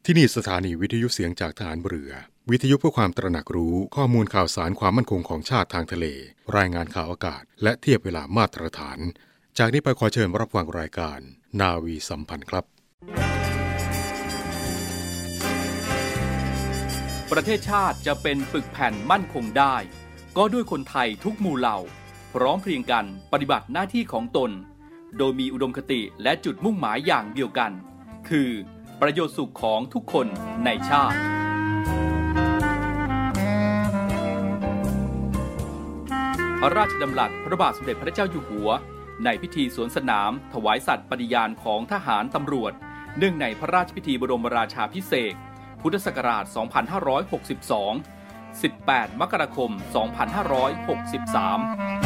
ที่นี่สถานีวิทยุเสียงจากทหารเรือวิทยุเพื่อความตระหนักรู้ข้อมูลข่าวสารความมั่นคงของชาติทางทะเลรายงานข่าวอากาศและเทียบเวลามาตรฐานจากนี้ไปขอเชิญรับฟังรายการนาวีสัมพันธ์ครับประเทศชาติจะเป็นปึกแผ่นมั่นคงได้ก็ด้วยคนไทยทุกหมู่เหล่าพร้อมเพรียงกันปฏิบัติหน้าที่ของตนโดยมีอุดมคติและจุดมุ่งหมายอย่างเดียวกันคือประโยชน์สุขของทุกคนในชาติพระราชดำรัสพระบาทสมเด็จพระเจ้าอยู่หัวในพิธีสวนสนามถวายสัตย์ปฏิญาณของทหารตำรวจเนื่องในพระราชพิธีบรมราชาภิเษกพุทธศักราช 2562 18 มกราคม 2563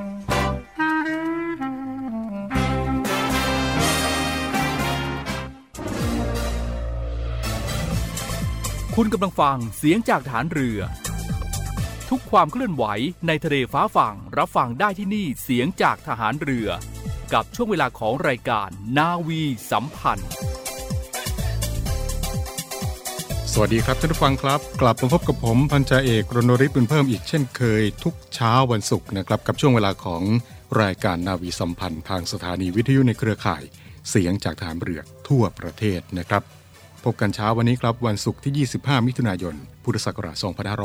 คุณกำลังฟังเสียงจากฐานเรือทุกความเคลื่อนไหวในทะเลฟ้าฝั่งรับฟังได้ที่นี่เสียงจากทหารเรือกับช่วงเวลาของรายการนาวีสัมพันธ์สวัสดีครับท่านผู้ฟังครับกลับมาพบกับผมพันจ่าเอกรณฤทธิ์บุญเพิ่มอีกเช่นเคยทุกเช้าวันศุกร์นะครับกับช่วงเวลาของรายการนาวีสัมพันธ์ทางสถานีวิทยุในเครือข่ายเสียงจากทหารเรือทั่วประเทศนะครับพบกันเช้าวันนี้ครับวันศุกร์ที่25มิถุนายนพุทธศักราช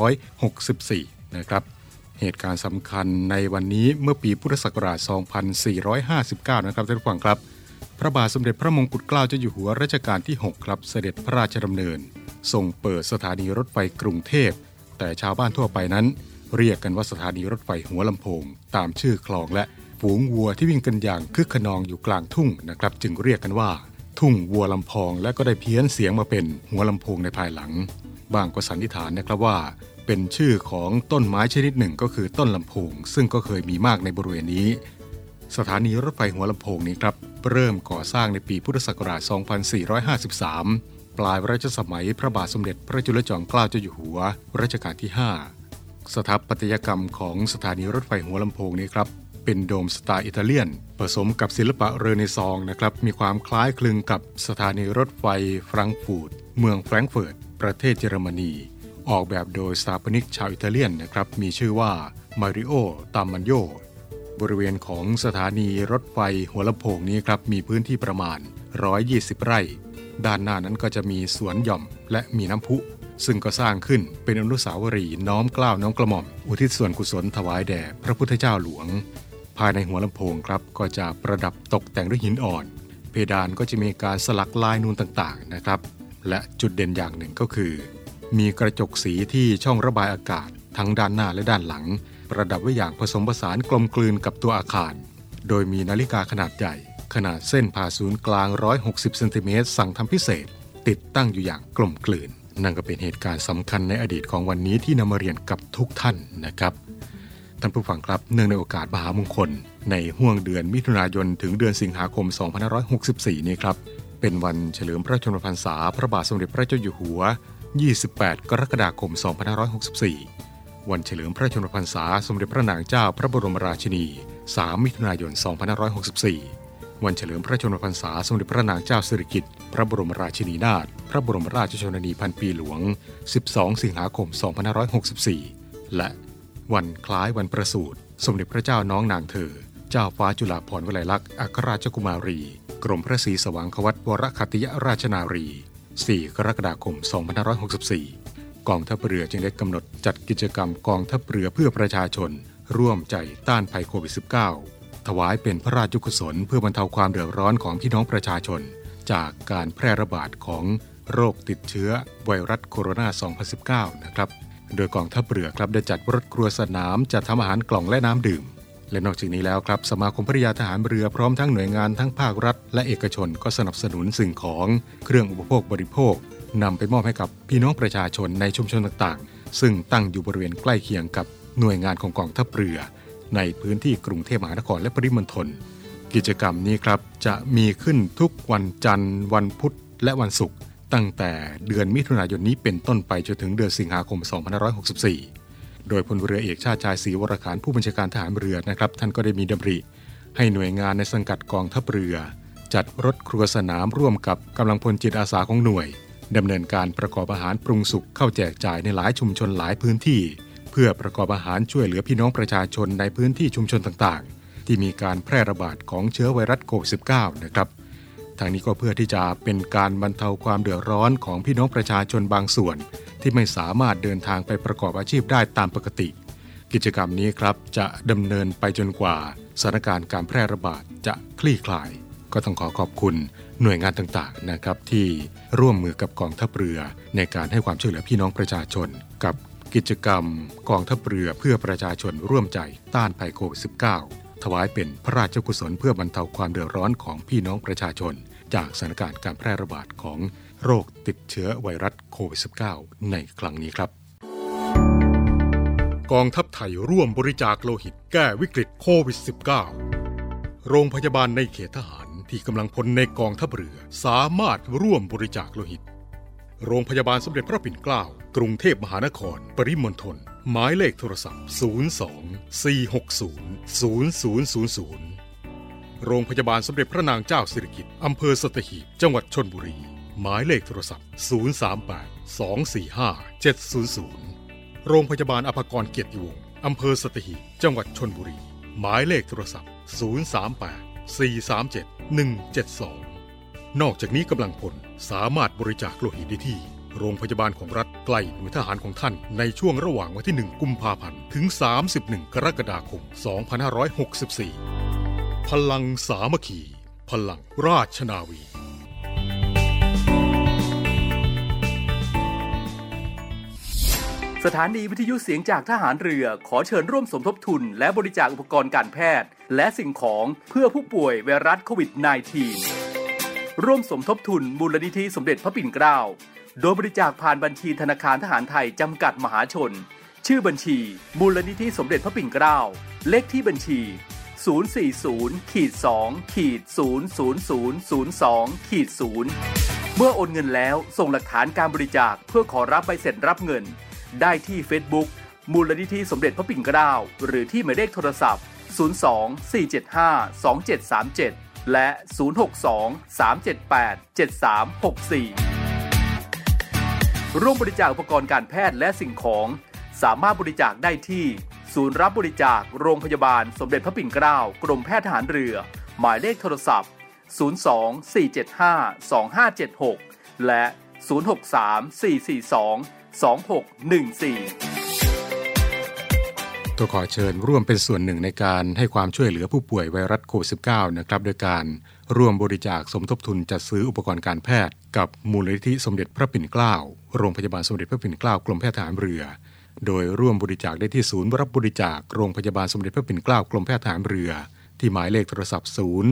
2564นะครับเหตุการณ์สำคัญในวันนี้เมื่อปีพุทธศักราช2459นะครับท่านผู้ฟังครับพระบาทสมเด็จพระมงกุฎเกล้าเจ้าอยู่หัวรัชกาลที่6ครับเสด็จพระราชดำเนินทรงเปิดสถานีรถไฟกรุงเทพแต่ชาวบ้านทั่วไปนั้นเรียกกันว่าสถานีรถไฟหัวลำโพงตามชื่อคลองและฝูงวัวที่วิ่งกันอย่างคึกขนองอยู่กลางทุ่งนะครับจึงเรียกกันว่าทุ่งวัวลำพองและก็ได้เพี้ยนเสียงมาเป็นหัวลำโพงในภายหลังบางก็สันนิษฐานนะครับว่าเป็นชื่อของต้นไม้ชนิดหนึ่งก็คือต้นลำโพงซึ่งก็เคยมีมากในบริเวณนี้สถานีรถไฟหัวลำโพงนี้ครับเริ่มก่อสร้างในปีพุทธศักราช2453ปลายรัชสมัยพระบาทสมเด็จพระจุลจอมเกล้าเจ้าอยู่หัวรัชกาลที่5สถาปัตยกรรมของสถานีรถไฟหัวลำโพงนี้ครับเป็นโดมสไตล์อิตาเลียนผสมกับศิลปะเรเนซองส์นะครับมีความคล้ายคลึงกับสถานีรถไฟแฟรงก์ฟูร์ตเมืองแฟรงก์เฟิร์ตประเทศเยอรมนีออกแบบโดยสถาปนิกชาวอิตาเลียนนะครับมีชื่อว่ามาริโอตามันโยบริเวณของสถานีรถไฟหัวลำโพงนี้ครับมีพื้นที่ประมาณ120ไร่ด้านหน้านั้นก็จะมีสวนหย่อมและมีน้ำพุซึ่งก็สร้างขึ้นเป็นอนุสาวรีย์น้อมเกล้าน้อมกระหม่อมอุทิศส่วนกุศลถวายแด่พระพุทธเจ้าหลวงภายในหัวลำโพงครับก็จะประดับตกแต่งด้วยหินอ่อนเพดานก็จะมีการสลักลายนูนต่างๆนะครับและจุดเด่นอย่างหนึ่งก็คือมีกระจกสีที่ช่องระบายอากาศทั้งด้านหน้าและด้านหลังประดับไว้อย่างผสมผสานกลมกลืนกับตัวอาคารโดยมีนาฬิกาขนาดใหญ่ขนาดเส้นผ่าศูนย์กลาง160เซนติเมตรสั่งทำพิเศษติดตั้งอยู่อย่างกลมกลืนนั่นก็เป็นเหตุการณ์สำคัญในอดีตของวันนี้ที่นำมาเรียนกับทุกท่านนะครับท่านผู้ฟังครับเนื่องในโอกาสมหามงคลในห้วงเดือนมิถุนายนถึงเดือนสิงหาคม2564นี้ครับเป็นวันเฉลิมพระชนมพรรษาพระบาทสมเด็จพระเจ้าอยู่หัว28กรกฎาคม2564วันเฉลิมพระชนมพรรษาสมเด็จพระนางเจ้าพระบรมราชินี3มิถุนายน2564วันเฉลิมพระชนมพรรษาสมเด็จพระนางเจ้าสิริกิติ์พระบรมราชินีนาถพระบรมราชชนนีพันปีหลวง12สิงหาคม2564และวันคล้ายวันประสูติสมเด็จพระเจ้าน้องนางเธอเจ้าฟ้าจุฬาภรณ์วลัยลักษณ์อัครราชกุมารีกรมพระศรีสว่างควัตวรคัตติยราชนารี4กรกฎาคม2564กองทัพเรือจึงได้กำหนดจัดกิจกรรมกองทัพเรือเพื่อประชาชนร่วมใจต้านภัยโควิด -19 ถวายเป็นพระราชกุศลเพื่อบรรเทาความเดือดร้อนของพี่น้องประชาชนจากการแพร่ระบาดของโรคติดเชื้อไวรัสโคโรนา 2019 นะครับโดยกองทัพเรือครับได้จัดรถครัวสนามจัดทำอาหารกล่องและน้ำดื่มและนอกจากนี้แล้วครับสมาคมภริยาทหารเรือพร้อมทั้งหน่วยงานทั้งภาครัฐและเอกชนก็สนับสนุนสิ่งของเครื่องอุปโภคบริโภคนำไปมอบให้กับพี่น้องประชาชนในชุมชนต่างๆซึ่งตั้งอยู่บริเวณใกล้เคียงกับหน่วยงานของกองทัพเรือในพื้นที่กรุงเทพมหานครและปริมณฑลกิจกรรมนี้ครับจะมีขึ้นทุกวันจันทร์วันพุธและวันศุกร์ตั้งแต่เดือนมิถุนายนนี้เป็นต้นไปจนถึงเดือนสิงหาคม2564โดยพลเรือเอกชาติชายศรีวรขานผู้บัญชาการทหารเรือนะครับท่านก็ได้มีดำริให้หน่วยงานในสังกัดกองทัพเรือจัดรถครัวสนามร่วมกับกำลังพลจิตอาสาของหน่วยดำเนินการประกอบอาหารปรุงสุกเข้าแจกจ่ายในหลายชุมชนหลายพื้นที่เพื่อประกอบอาหารช่วยเหลือพี่น้องประชาชนในพื้นที่ชุมชนต่างๆที่มีการแพร่ระบาดของเชื้อไวรัสโควิด -19 นะครับทางนี้ก็เพื่อที่จะเป็นการบรรเทาความเดือดร้อนของพี่น้องประชาชนบางส่วนที่ไม่สามารถเดินทางไปประกอบอาชีพได้ตามปกติกิจกรรมนี้ครับจะดำเนินไปจนกว่าสถานการณ์การแพร่ระบาดจะคลี่คลายก็ต้องขอบคุณหน่วยงานต่างๆนะครับที่ร่วมมือกับกองทัพเรือในการให้ความช่วยเหลือพี่น้องประชาชนกับกิจกรรมกองทัพเรือเพื่อประชาชนร่วมใจต้านภัยโควิด -19 ถวายเป็นพระราชกุศลเพื่อบรรเทาความเดือดร้อนของพี่น้องประชาชนจากสถานการณ์การแพร่ระบาดของโรคติดเชื้อไวรัสโควิด -19 ในครั้งนี้ครับกองทัพไทยร่วมบริจาคโลหิตแก้วิกฤตโควิด -19 โรงพยาบาลในเขตทหารที่กำลังพลในกองทัพเรือสามารถร่วมบริจาคโลหิตโรงพยาบาลสมเด็จพระปิ่นเกล้ากรุงเทพมหานครปริมณฑลหมายเลขโทรศัพท์02-460-0000โรงพยาบาลสมเด็จพระนางเจ้าสิริกิติ์อำเภอสัตหีบจังหวัดชลบุรีหมายเลขโทรศัพท์038-245-700โรงพยาบาลอภากรเกียรติวงศ์อำเภอสัตหีบจังหวัดชลบุรีหมายเลขโทรศัพท์038-437-172นอกจากนี้กำลังพลสามารถบริจาคโลหิตได้ที่โรงพยาบาลของรัฐใกล้หน่วยทหารของท่านในช่วงระหว่างวันที่1กุมภาพันธ์ถึง31กรกฎาคม2564พลังสามัคคีพลังราชนาวีสถานีวิทยุเสียงจากทหารเรือขอเชิญร่วมสมทบทุนและบริจาคอุปกรณ์การแพทย์และสิ่งของเพื่อผู้ป่วยไวรัสโควิด -19 ร่วมสมทบทุนมูลนิธิสมเด็จพระปิ่นเกล้าโดยบริจาคผ่านบัญชีธนาคารทหารไทยจำกัดมหาชนชื่อบัญชีมูลนิธิสมเด็จพระปิ่นเกล้าเลขที่บัญชี040-2-00002-0เมื่อโอนเงินแล้วส่งหลักฐานการบริจาคเพื่อขอรับใบเสร็จรับเงินได้ที่ Facebook มูลนิธิสมเด็จพระปิ่นเกล้าหรือที่หมายเลขโทรศัพท์02-475-2737และ062-378-7364ร่วมบริจาคอุปกรณ์การแพทย์และสิ่งของสามารถบริจาคได้ที่ศูนย์รับบริจาคโรงพยาบาลสมเด็จพระปิ่นเกล้ากรมแพทย์ทหารเรือหมายเลขโทรศัพท์024752576และ063-442-2614 ตัวขอเชิญร่วมเป็นส่วนหนึ่งในการให้ความช่วยเหลือผู้ป่วยไวรัสโควิด -19 นะครับโดยการร่วมบริจาคสมทบทุนจัดซื้ออุปกรณ์การแพทย์กับมูลนิธิสมเด็จพระปิ่นเกล้าโรงพยาบาลสมเด็จพระปิ่นเกล้ากรมแพทย์ทหารเรือโดยร่วมบริจาคได้ที่ศูนย์รับบริจาคโรงพยาบาลสมเด็จพระปิ่นเกล้ากรมแพทย์ทหารเรือที่หมายเลขโทรศัพท์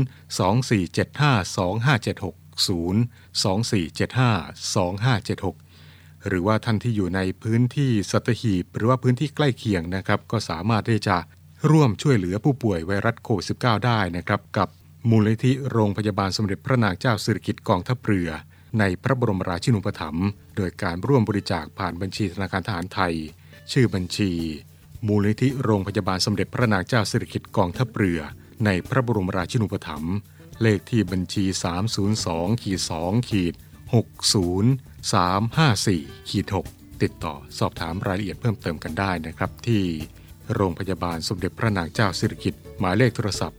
024752576 024752576หรือว่าท่านที่อยู่ในพื้นที่สัตหีบหรือว่าพื้นที่ใกล้เคียงนะครับก็สามารถที่จะร่วมช่วยเหลือผู้ป่วยไวรัสโควิด -19 ได้นะครับกับมูลนิธิโรงพยาบาลสมเด็จพระนางเจ้าสิริกิติ์กองทัพเรือในพระบรมราชินูปถัมภ์โดยการร่วมบริจาคผ่านบัญชีธนาคารทหารไทยชื่อบัญชีมูลนิธิโรงพยาบาลสมเด็จพระนางเจ้าสิริกิติ์กองทัพเรือในพระบรมราชินูปถัมภ์เลขที่บัญชี302-2-60354-6ติดต่อสอบถามรายละเอียดเพิ่มเติมกันได้นะครับที่โรงพยาบาลสมเด็จพระนางเจ้าสิริกิติ์หมายเลขโทรศัพท์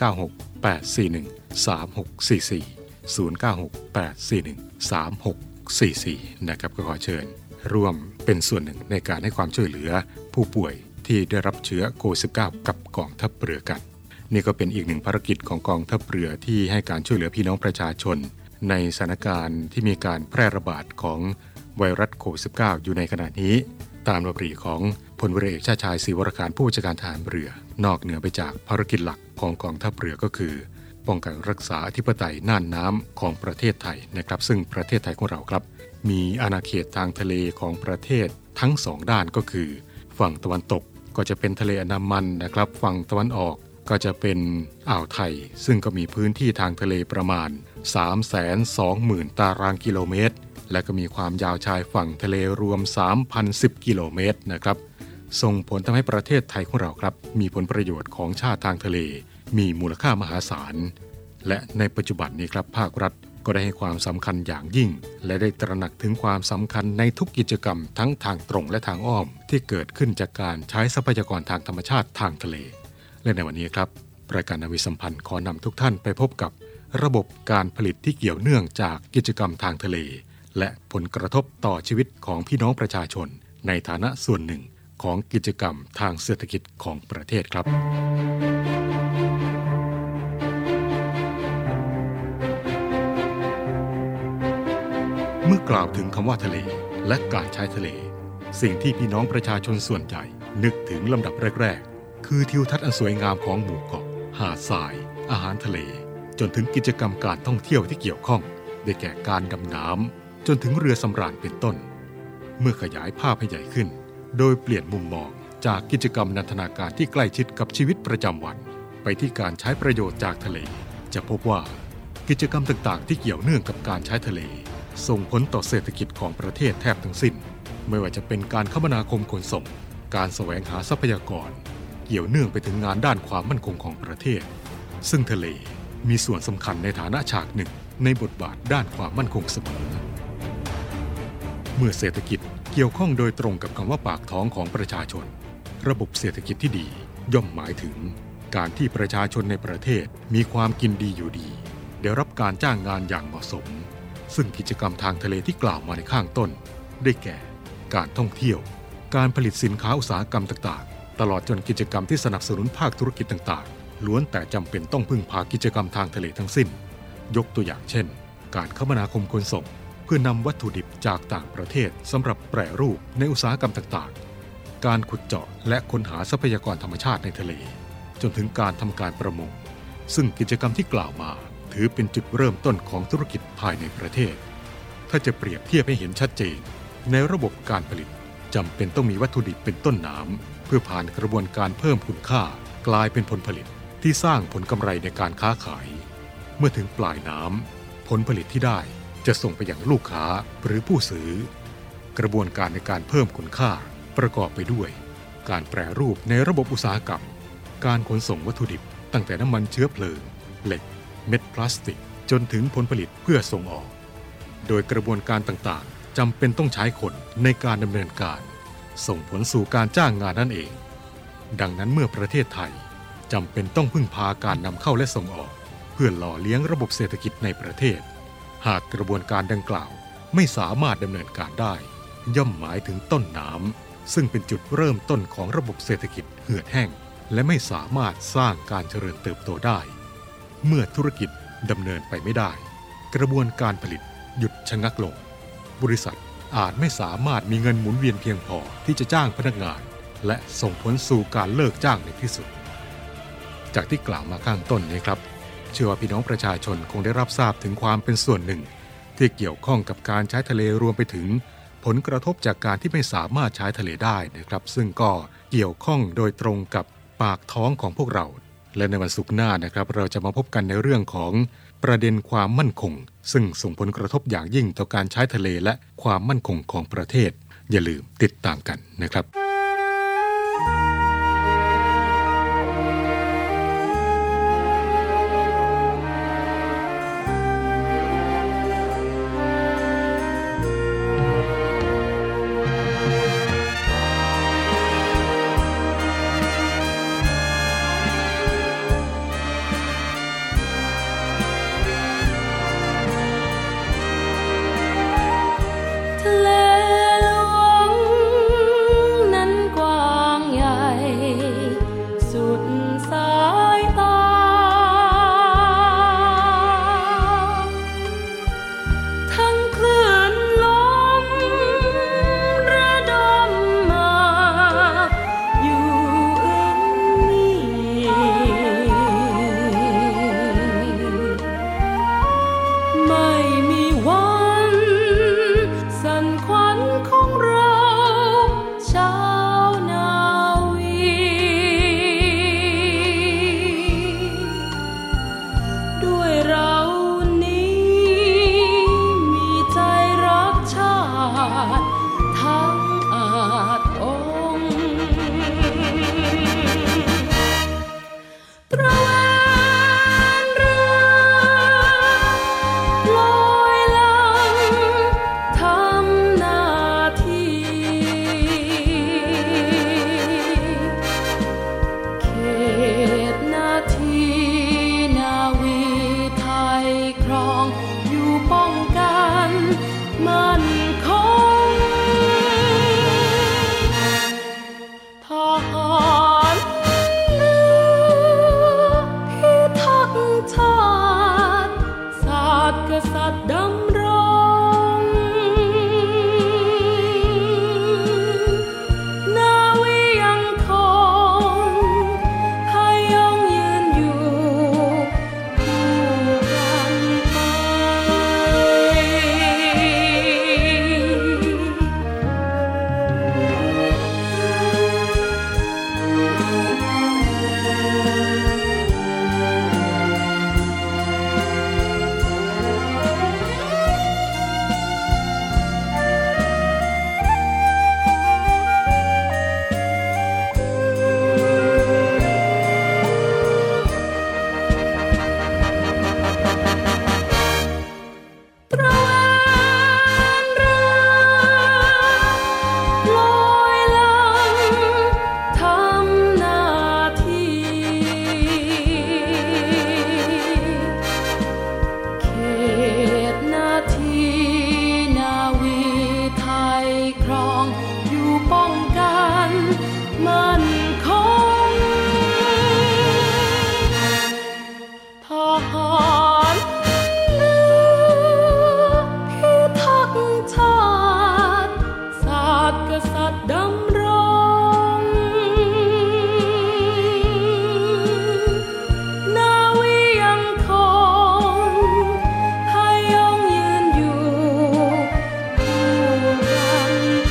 096-841-3644 นะครับก็ขอเชิญร่วมเป็นส่วนหนึ่งในการให้ความช่วยเหลือผู้ป่วยที่ได้รับเชื้อโควิด -19 กับกองทัพเรือกันนี่ก็เป็นอีกหนึ่งภารกิจของกองทัพเรือที่ให้การช่วยเหลือพี่น้องประชาชนในสถานการณ์ที่มีการแพร่ระบาดของไวรัสโควิด -19 อยู่ในขณะนี้ตามดำริของพลเรือเอกชาติชายศรีวรการผู้บัญชาการทหารเรือนอกเหนือไปจากภารกิจหลักของกองทัพเรือก็คือป้องกันรักษาอธิปไตยน่านน้ำของประเทศไทยนะครับซึ่งประเทศไทยของเราครับมีอาณาเขตทางทะเลของประเทศทั้งสองด้านก็คือฝั่งตะวันตกก็จะเป็นทะเลอันดามันนะครับฝั่งตะวันออกก็จะเป็นอ่าวไทยซึ่งก็มีพื้นที่ทางทะเลประมาณ 320,000 ตารางกิโลเมตรและก็มีความยาวชายฝั่งทะเลรวม 3,010 กิโลเมตรนะครับส่งผลทำให้ประเทศไทยของเราครับมีผลประโยชน์ของชาติทางทะเลมีมูลค่ามหาศาลและในปัจจุบันนี้ครับภาครัฐก็ได้ให้ความสำคัญอย่างยิ่งและได้ตระหนักถึงความสำคัญในทุกกิจกรรมทั้งทางตรงและทางอ้อมที่เกิดขึ้นจากการใช้ทรัพยากรทางธรรมชาติทางทะเลและในวันนี้ครับรายการนาวีสัมพันธ์ขอนำทุกท่านไปพบกับระบบการผลิตที่เกี่ยวเนื่องจากกิจกรรมทางทะเลและผลกระทบต่อชีวิตของพี่น้องประชาชนในฐานะส่วนหนึ่งของกิจกรรมทางเศรษฐกิจของประเทศครับเมื่อกล่าวถึงคำว่าทะเลและการใช้ทะเลสิ่งที่พี่น้องประชาชนส่วนใหญ่นึกถึงลำดับแรกๆคือทิวทัศน์อันสวยงามของหมู่เกาะหาดทรายอาหารทะเลจนถึงกิจกรรมการท่องเที่ยวที่เกี่ยวข้องได้แก่การดำน้ำจนถึงเรือสำราญเป็นต้นเมื่อขยายภาพให้ใหญ่ขึ้นโดยเปลี่ยนมุมมองจากกิจกรรมนันทนาการที่ใกล้ชิดกับชีวิตประจำวันไปที่การใช้ประโยชน์จากทะเลจะพบว่ากิจกรรมต่างๆที่เกี่ยวเนื่องกับการใช้ทะเลส่งผลต่อเศรษฐกิจของประเทศแทบทั้งสิ้นไม่ว่าจะเป็นการคมนาคมขนส่งการแสวงหาทรัพยากรเกี่ยวเนื่องไปถึงงานด้านความมั่นคงของประเทศซึ่งทะเลมีส่วนสำคัญในฐานะฉากหนึ่งในบทบาทด้านความมั่นคงเสมอเมื่อเศรษฐกิจเกี่ยวข้องโดยตรงกับคำว่าปากท้องของประชาชนระบบเศรษฐกิจที่ดีย่อมหมายถึงการที่ประชาชนในประเทศมีความกินดีอยู่ดีได้รับการจ้างงานอย่างเหมาะสมซึ่งกิจกรรมทางทะเลที่กล่าวมาในข้างต้นได้แก่การท่องเที่ยวการผลิตสินค้าอุตสาหกรรมต่างๆตลอดจนกิจกรรมที่สนับสนุนภาคธุรกิจต่างๆล้วนแต่จำเป็นต้องพึ่งพากิจกรรมทางทะเลทั้งสิ้นยกตัวอย่างเช่นการคมนาคมขนส่งเพื่อนำวัตถุดิบจากต่างประเทศสำหรับแปรรูปในอุตสาหกรรมต่างๆการขุดเจาะและค้นหาทรัพยากรธรรมชาติในทะเลจนถึงการทำการประมงซึ่งกิจกรรมที่กล่าวมาถือเป็นจุดเริ่มต้นของธุรกิจภายในประเทศถ้าจะเปรียบเทียบให้เห็นชัดเจนในระบบการผลิตจำเป็นต้องมีวัตถุดิบเป็นต้นน้ำเพื่อผ่านกระบวนการเพิ่มคุณค่ากลายเป็นผลผลิตที่สร้างผลกำไรในการค้าขายเมื่อถึงปลายน้ำผลผลิตที่ได้จะส่งไปยังลูกค้าหรือผู้ซื้อกระบวนการในการเพิ่มคุณค่าประกอบไปด้วยการแปรรูปในระบบอุตสาหกรรมการขนส่งวัตถุดิบตั้งแต่น้ำมันเชื้อเพลิงเหล็กเม็ดพลาสติกจนถึงผลผลิตเพื่อส่งออกโดยกระบวนการต่างๆจำเป็นต้องใช้คนในการดำเนินการส่งผลสู่การจ้างงานนั่นเองดังนั้นเมื่อประเทศไทยจำเป็นต้องพึ่งพาการนำเข้าและส่งออกเพื่อหล่อเลี้ยงระบบเศรษฐกิจในประเทศหากกระบวนการดังกล่าวไม่สามารถดำเนินการได้ย่อมหมายถึงต้นน้ำซึ่งเป็นจุดเริ่มต้นของระบบเศรษฐกิจเหือดแห้งและไม่สามารถสร้างการเจริญเติบโตได้เมื่อธุรกิจดำเนินไปไม่ได้กระบวนการผลิตหยุดชะงักลงบริษัทอาจไม่สามารถมีเงินหมุนเวียนเพียงพอที่จะจ้างพนักงานและส่งผลสู่การเลิกจ้างในที่สุดจากที่กล่าวมาข้างต้นนี้ครับเชื่อว่าพี่น้องประชาชนคงได้รับทราบถึงความเป็นส่วนหนึ่งที่เกี่ยวข้องกับการใช้ทะเลรวมไปถึงผลกระทบจากการที่ไม่สามารถใช้ทะเลได้นะครับซึ่งก็เกี่ยวข้องโดยตรงกับปากท้องของพวกเราและในวันศุกร์หน้านะครับเราจะมาพบกันในเรื่องของประเด็นความมั่นคงซึ่งส่งผลกระทบอย่างยิ่งต่อการใช้ทะเลและความมั่นคงของประเทศอย่าลืมติดตามกันนะครับทะเลหลวงนั้นป้องกันมั่นคงทหารเรือพิทักษ์ชาติศาสตร์กษัตริย์ดำรงนาวียังคงให้ยงยืนอยู่คู่กันไป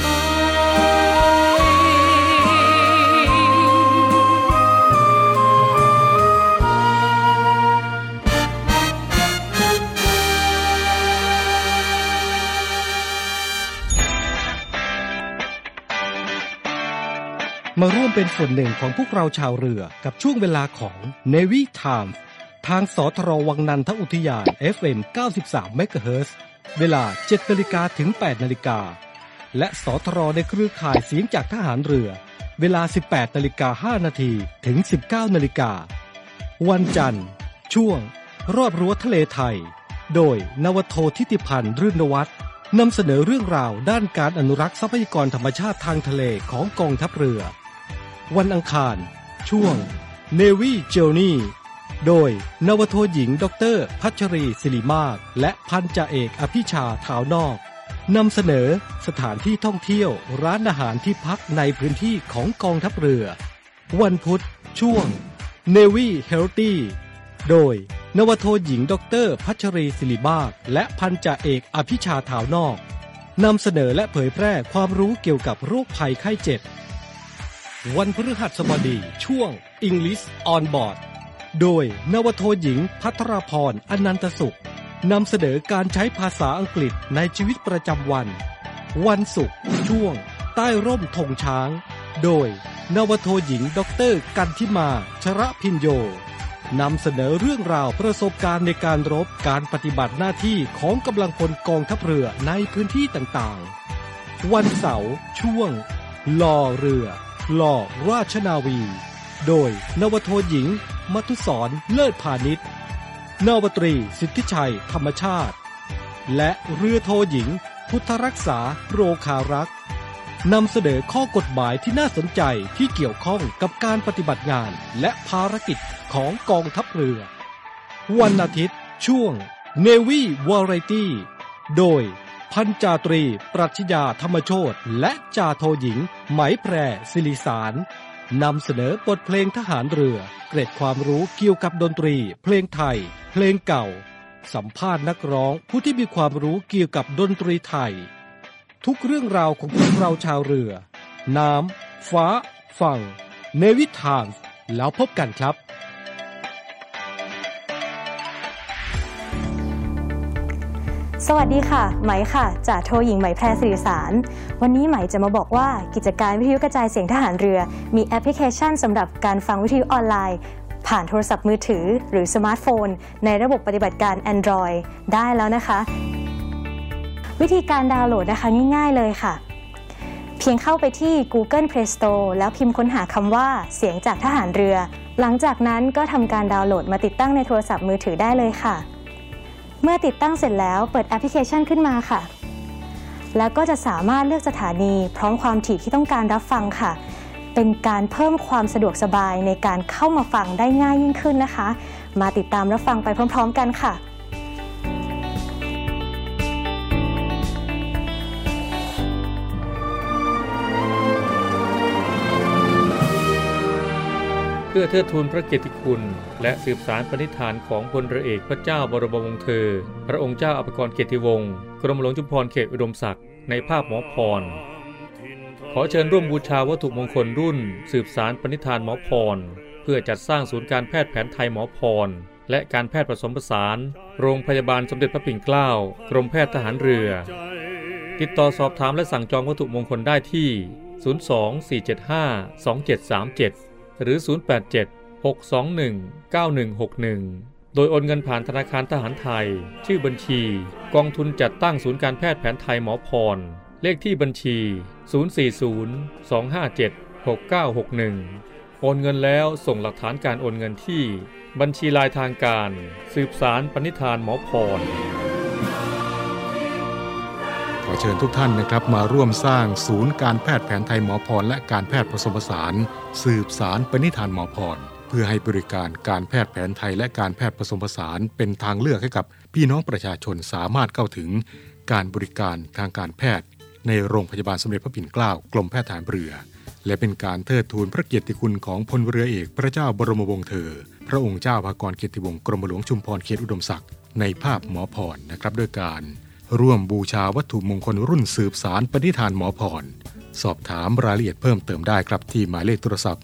มาร่วมเป็นส่วนหนึ่งของพวกเราชาวเรือกับช่วงเวลาของ Navy Time ทางสทรวังนันทอุทยาน FM 93 MHz เวลา 7 นาฬิกาถึง 8 นาฬิกาและสทรในเครือข่ายเสียงจากทหารเรือเวลา 18 นาฬิกา 5 นาทีถึง 19 นาฬิกาวันจันทร์ช่วงรอบรั้วทะเลไทยโดยนวโททิติพันธ์รื่นวัฒน์นำเสนอเรื่องราวด้านการอนุรักษ์ทรัพยากรธรรมชาติทางทะเลของกองทัพเรือวันอังคารช่วง Navy Journey โดยนวโทหญิงดร.พัชรีศิริมากและพันจ่าเอกอภิชาท้าวนอกนำเสนอสถานที่ท่องเที่ยวร้านอาหารที่พักในพื้นที่ของกองทัพเรือวันพุธช่วง Navy Healthy โดยนวโทหญิงดร.พัชรีศิริมากและพันจ่าเอกอภิชาท้าวนอกนำเสนอและเผยแพร่ความรู้เกี่ยวกับโรคภัยไข้เจ็บวันพฤหัสบดีช่วง English on Board โดยนวโทหญิงภัทรพรอนันตสุขนำเสนอการใช้ภาษาอังกฤษในชีวิตประจำวันวันศุกร์ช่วงใต้ร่มธงช้างโดยนวโทหญิงดร.กันทิมาชระพินโยนำเสนอเรื่องราวประสบการณ์ในการรบการปฏิบัติหน้าที่ของกำลังพลกองทัพเรือในพื้นที่ต่างๆวันเสาร์ช่วงลอเรือลอราชนาวีโดยนวโทหญิงมัทุศรเลิศพาณิชย์นาวตรีสิทธิชัยธรรมชาติและเรือโทหญิงพุทธรักษาโรคารักษ์นำเสนอข้อกฎหมายที่น่าสนใจที่เกี่ยวข้องกับการปฏิบัติงานและภารกิจของกองทัพเรือวันอาทิตย์ช่วง Navy Variety โดยพันจ่าตรีปรัชญาธรรมโชติและจ่าโทหญิงไหมแพรศิริสารนำเสนอบทเพลงทหารเรือเกร็ดความรู้เกี่ยวกับดนตรีเพลงไทยเพลงเก่าสัมภาษณ์นักร้องผู้ที่มีความรู้เกี่ยวกับดนตรีไทยทุกเรื่องราวของพวกเราชาวเรือน้ำฟ้าฝั่งเนวิทามแล้วพบกันครับสวัสดีค่ะไหมค่ะจ่าโทหญิงไหมแพรศิริสารวันนี้ไหมจะมาบอกว่ากิจการวิทยุกระจายเสียงทหารเรือมีแอปพลิเคชันสำหรับการฟังวิทยุออนไลน์ผ่านโทรศัพท์มือถือหรือสมาร์ทโฟนในระบบปฏิบัติการ Android ได้แล้วนะคะวิธีการดาวน์โหลดนะคะง่ายๆเลยค่ะเพียงเข้าไปที่ Google Play Store แล้วพิมพ์ค้นหาคำว่าเสียงจากทหารเรือหลังจากนั้นก็ทำการดาวน์โหลดมาติดตั้งในโทรศัพท์มือถือได้เลยค่ะเมื่อติดตั้งเสร็จแล้วเปิดแอปพลิเคชันขึ้นมาค่ะแล้วก็จะสามารถเลือกสถานีพร้อมความถี่ที่ต้องการรับฟังค่ะเป็นการเพิ่มความสะดวกสบายในการเข้ามาฟังได้ง่ายยิ่งขึ้นนะคะมาติดตามรับฟังไปพร้อมๆกันค่ะเพื่อเทิดทูนพระเกียรติคุณและสืบสานปณิธานของพลเรือเอกพระเจ้าบรมวงศ์เธอพระองค์เจ้าอภากรเกียรติวงศ์กรมหลวงชุมพรเขตอุดมศักดิ์ในภาพหมอพรขอเชิญร่วมบูชาวัตถุมงคลรุ่นสืบสานปณิธานหมอพรเพื่อจัดสร้างศูนย์การแพทย์แผนไทยหมอพรและการแพทย์ผสมผสานโรงพยาบาลสมเด็จพระปิ่นเกล้ากรมแพทย์ทหารเรือติดต่อสอบถามและสั่งจองวัตถุมงคลได้ที่024752737หรือ087-621-9161โดยโอนเงินผ่านธนาคารทหารไทยชื่อบัญชีกองทุนจัดตั้งศูนย์การแพทย์แผนไทยหมอพรเลขที่บัญชี040-257-6961โอนเงินแล้วส่งหลักฐานการโอนเงินที่บัญชีลายทางการสืบสานปณิธานหมอพรขอเชิญทุกท่านนะครับมาร่วมสร้างศูนย์การแพทย์แผนไทยหมอพรและการแพทย์ผสมผสานสืบสารปณิธานหมอพรเพื่อให้บริการการแพทย์แผนไทยและการแพทย์ผสมผสานเป็นทางเลือกให้กับพี่น้องประชาชนสามารถเข้าถึงการบริการทางการแพทย์ในโรงพยาบาลสมเด็จพระปิ่นเกล้ากรมแพทย์ทหารเรือและเป็นการเทิดทูนพระเกียรติคุณของพลเรือเอกพระเจ้าบรมวงศ์เธอพระองค์เจ้าอภากรเกียรติวงศ์กรมหลวงชุมพรเขตอุดมศักดิ์ในภาพหมอพรนะครับด้วยการร่วมบูชาวัตถุมงคลรุ่นสืบสารปณิธานหมอพรสอบถามรายละเอียดเพิ่มเติมได้ครับที่หมายเลขโทรศัพท์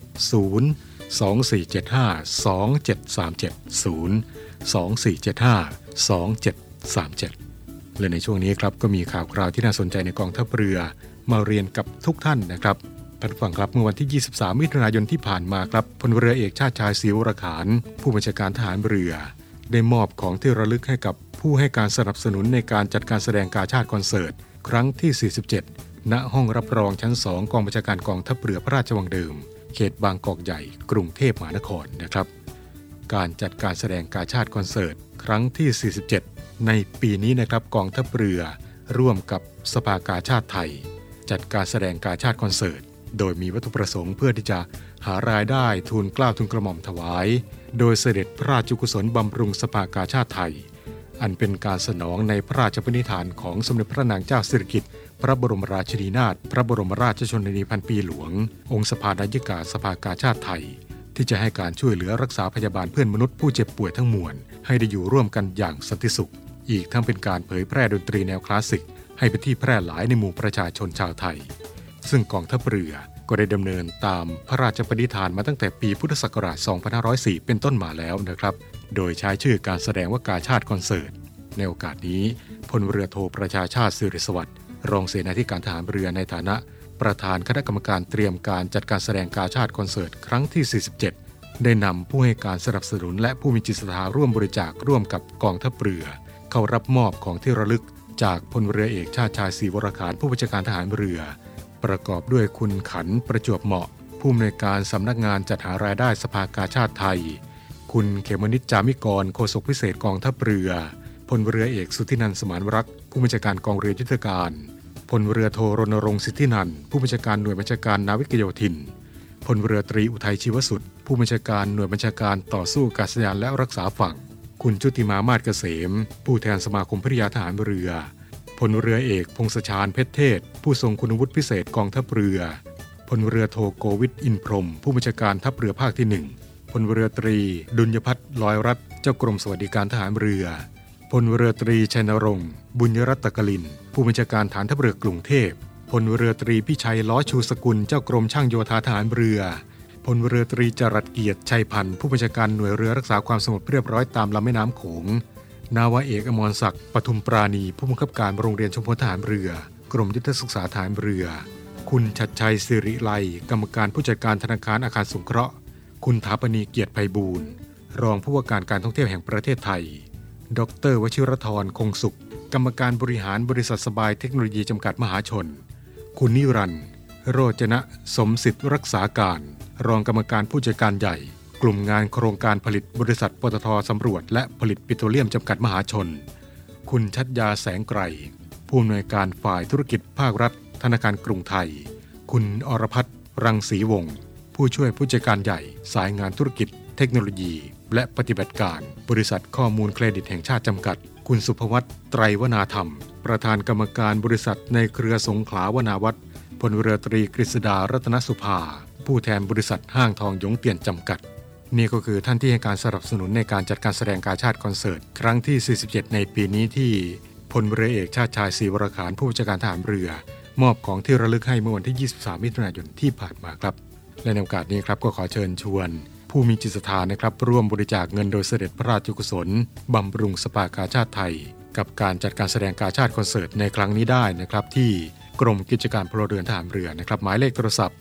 024752737 และในช่วงนี้ครับก็มีข่าวคราวที่น่าสนใจในกองทัพเรือมาเรียนกับทุกท่านนะครับท่านผู้ฟังครับเมื่อวันที่23มิถุนายนที่ผ่านมาครับพลเรือเอกชาติชายศรีวรขานผู้บัญชาการทหารเรือได้มอบของที่ระลึกให้กับผู้ให้การสนับสนุนในการจัดการแสดงกาชาดคอนเสิร์ตครั้งที่47ณห้องรับรองชั้น2กองบัญชาการกองทัพเรือพระราชวังเดิมเขตบางกอกใหญ่กรุงเทพมหานครนะครับการจัดการแสดงกาชาดคอนเสิร์ตครั้งที่47ในปีนี้นะครับกองทัพเรือร่วมกับสภากาชาดไทยจัดการแสดงกาชาดคอนเสิร์ตโดยมีวัตถุประสงค์เพื่อที่จะหารายได้ทูลเกล้าทูลกระหม่อมถวายโดยเสด็จพระราชกุศลบำรุงสภากาชาดไทยอันเป็นการสนองในพระราชปณิธานของสมเด็จพระนางเจ้าสิริกิติ์พระบรมราชินีนาถพระบรมราชชนนีพันปีหลวงองค์สภานายิกาสภากาชาดไทยที่จะให้การช่วยเหลือรักษาพยาบาลเพื่อนมนุษย์ผู้เจ็บป่วยทั้งมวลให้ได้อยู่ร่วมกันอย่างสันติสุขอีกทั้งเป็นการเผยแพร่ดนตรีแนวคลาสสิกให้เป็นที่แพร่หลายในหมู่ประชาชนชาวไทยซึ่งกองทัพเรือก็ได้ดำเนินตามพระราชปณิธานมาตั้งแต่ปีพุทธศักราช 2504 เป็นต้นมาแล้วนะครับโดยใช้ชื่อการแสดงว่ากาชาดคอนเสิร์ตในโอกาสนี้พลเรือโทประชาชาติสิริสวัสดิ์รองเสนาธิการทหารเรือในฐานะประธานคณะกรรมการเตรียมการจัดการแสดงกาชาดคอนเสิร์ตครั้งที่ 47ได้นำผู้ให้การสนับสนุนและผู้มีจิตศรัทธาร่วมบริจาคร่วมกับกองทัพเรือเข้ารับมอบของที่ระลึกจากพลเรือเอกชาติชายศรีวรขานผู้บัญชาการทหารเรือประกอบด้วยคุณขันประจวบเหมาะผู้อำนวยการสำนักงานจัดหารายได้สภากาชาดไทยคุณเขมนิจจามิกรโฆษกพิเศษกองทัพเรือพลเรือเอกสุทธินันท์สมานวรักษ์ผู้บัญชาการกองเรือยุทธการพลเรือโทรณรงค์สิทธินันท์ผู้บัญชาการหน่วยบัญชาการนาวิกโยธินพลเรือตรีอุทัยชีวสุดผู้บัญชาการหน่วยบัญชาการต่อสู้อากาศยานและรักษาฝั่งคุณจุติมามาศเกษมผู้แทนสมาคมภริยาทหารเรือพลเรือเอกพงษชาญเพชรเทศผู้ทรงคุณวุฒิพิเศษกองทัพเรือพลเรือโทโกวิทอินพรหมผู้บัญชาการทัพเรือภาคที่1พลเรือตรีดุลยพัฒน์ลอยรัตน์เจ้ากรมสวัสดิการทหารเรือพลเรือตรีชัยนรงค์บุญยรัตกลินผู้บัญชาการฐานทัพเรือกรุงเทพพลเรือตรีพิชัยล้อชูสกุลเจ้ากรมช่างโยธาทหารเรือพลเรือตรีจรัสเกียรติชัยพันธ์ผู้บัญชาการหน่วยเรือรักษาความสงบเรียบร้อยตามลำแม่น้ำโขงนาวาเอกอมรศักดิ์ปทุมปราณีผู้บังคับการโรงเรียนชุมพลทหารเรือกรมยุทธศึกษาทหารเรือคุณชัดชัยสิริไลกรรมการผู้จัดการธนาคารอาคารสงเคราะห์คุณถาปณีเกียรติไพบูลย์รองผู้ว่าการการท่องเที่ยวแห่งประเทศไทยดร.วชิรธรคงสุขกรรมการบริหารบริษัทสบายเทคโนโลยีจำกัดมหาชนคุณนิรันดร์โรจนะสมสิทธิรักษาการรองกรรมการผู้จัดการใหญ่กลุ่มงานโครงการผลิตบริษัทปตท.สำรวจและผลิตปิโตรเลียมจำกัดมหาชนคุณชัดยาแสงไกรผู้อำนวยการฝ่ายธุรกิจภาครัฐธนาคารกรุงไทยคุณอรพัฒน์รังสีวงศ์ผู้ช่วยผู้จัดการใหญ่สายงานธุรกิจเทคโนโลยีและปฏิบัติการบริษัทข้อมูลเครดิตแห่งชาติจำกัดคุณสุภวัฒน์ไตรวนาธรรมประธานกรรมการบริษัทในเครือสงขลาวนาวัฒน์พลเรือตรีกฤษดารัตนสุภาผู้แทนบริษัทห้างทองหยงเตียนจำกัดนี่ก็คือท่านที่ให้การสนับสนุนในการจัดการแสดงกาชาดคอนเสิร์ตครั้งที่ 47 ในปีนี้ที่พลเรือเอกชาติชายศรีวรขานผู้บัญชาการทหารเรือมอบของที่ระลึกให้เมื่อวันที่ 23 มิถุนายนที่ผ่านมาครับและในโอกาสนี้ครับก็ขอเชิญชวนผู้มีจิตศรัทธานะครับร่วมบริจาคเงินโดยเสด็จพระราชกุศลบำรุงสภากาชาดไทยกับการจัดการแสดงกาชาดคอนเสิร์ตในครั้งนี้ได้นะครับที่กรมกิจการพลเรือนทหารเรือนะครับหมายเลขโทรศัพท์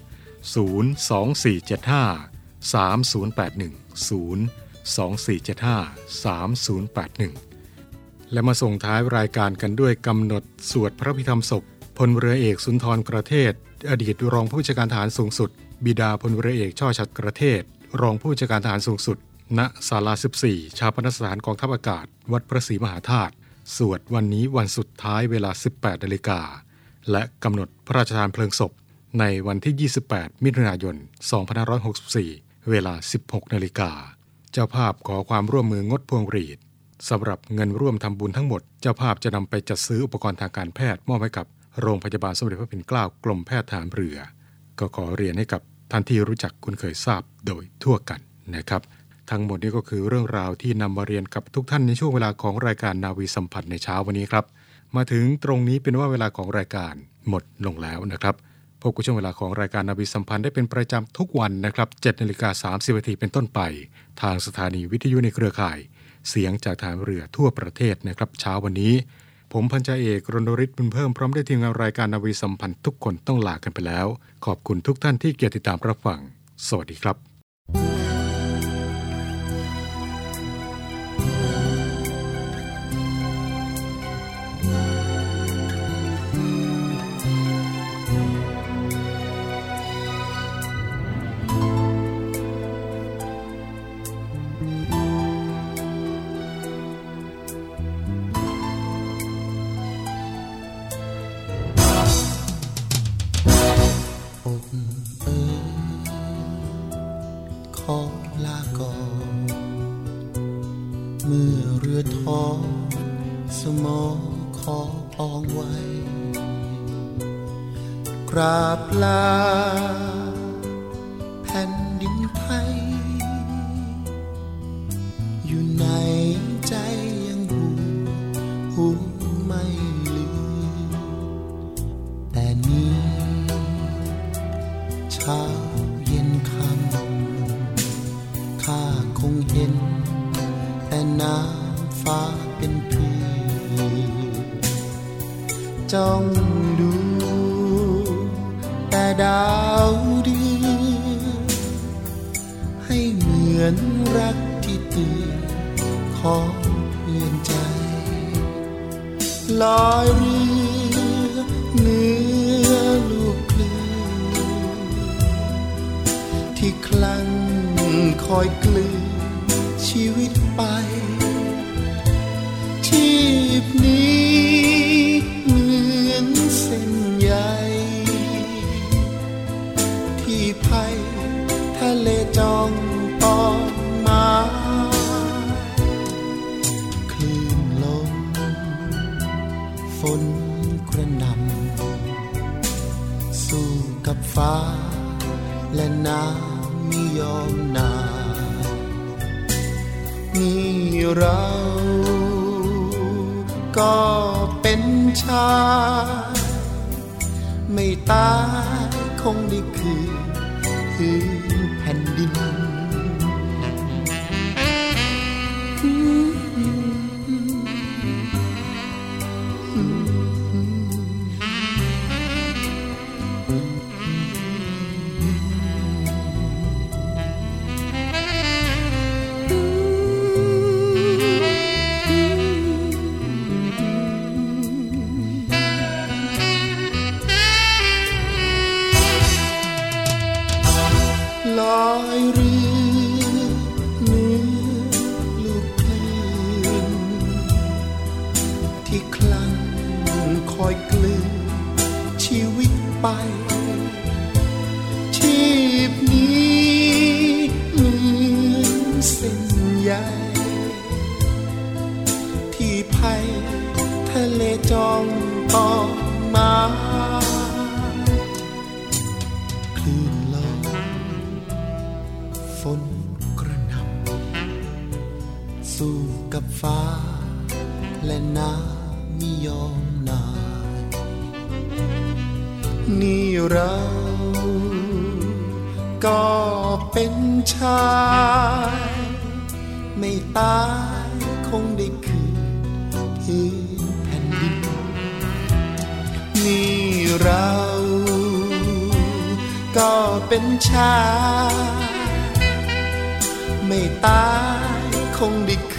024753081 และมาส่งท้ายรายการกันด้วยกำหนดสวดพระพิธรรมศพพลเรือเอกสุนทรกระเทศอดีตรองผู้บัญชาการทหารสูงสุดบิดาพลเรือเอกช่อฉัตรกระเทศรองผู้บัญชาการทหารสูงสุดณศาลา 14 ชาปนสถานกองทัพอากาศวัดพระศรีมหาธาตุสวดวันนี้วันสุดท้ายเวลา 18 นาฬิกาและกำหนดพระราชทานเพลิงศพในวันที่ 28 มิถุนายน 2564 เวลา 16 นาฬิกาเจ้าภาพขอความร่วมมืองดพวงหรีดสำหรับเงินร่วมทำบุญทั้งหมดเจ้าภาพจะนำไปจัดซื้ออุปกรณ์ทางการแพทย์มอบให้กับโรงพยาบาลสมเด็จพระปิ่นเกล้ากรมแพทย์ทหารเรือก็ขอเรียนให้กับท่านที่รู้จักคุ้นเคยทราบโดยทั่วกันนะครับทั้งหมดนี้ก็คือเรื่องราวที่นำมาเรียนกับทุกท่านในช่วงเวลาของรายการนาวีสัมพันธ์ในเช้าวันนี้ครับมาถึงตรงนี้เป็นว่าเวลาของรายการหมดลงแล้วนะครับพบกับช่วงเวลาของรายการนาวีสัมพันธ์ได้เป็นประจำทุกวันนะครับ 7:30 นาทีเป็นต้นไปทางสถานีวิทยุในเครือข่ายเสียงจากทหารเรือทั่วประเทศนะครับเช้าวันนี้ผมพันจ่าเอกรณฤทธิ์บุญเพิ่มพร้อมด้วยทีมงานรายการนาวีสัมพันธ์ทุกคนต้องลากันไปแล้วขอบคุณทุกท่านที่เกียรติติดตามรับฟังสวัสดีครับกราบลาแผ่นดินไทยอยู่ในใจยังหูไม่ลืมแต่นี้เช้าเย็นค่ำข้าคงเห็นแต่น้ำฟ้าเป็นผืนจ้องดูแต่ดาวเดือนให้เหมือนรักที่เตือนของเพื่อนใจลอยเรือเหนือลูกคลื่นที่คลั่งคอยกลืนชีวิตไปชีพนี้เหมือนเส้นใยภัยทะเลจ้องตองมาคลื่นลมฝนกระหน่ำสู้กับฟ้าและน้ำไม่ยอมนายนี่เราก็เป็นชายไม่ตายคงได้คืนแผ่นดินลอยเรือเหนือลูกคลื่นที่คลั่งคอยกลืนชีวิตไปชีพนี้เหมือนเส้นใยที่ภัยทะเลจ้องตองมาฝนกระหน่ำสู้กับฟ้าและน้ำไม่ยอมนายนี่เราก็เป็นชายไม่ตายคงได้คืนพื้นแผ่นดินนี่เราก็เป็นชายไม่ตายคงได้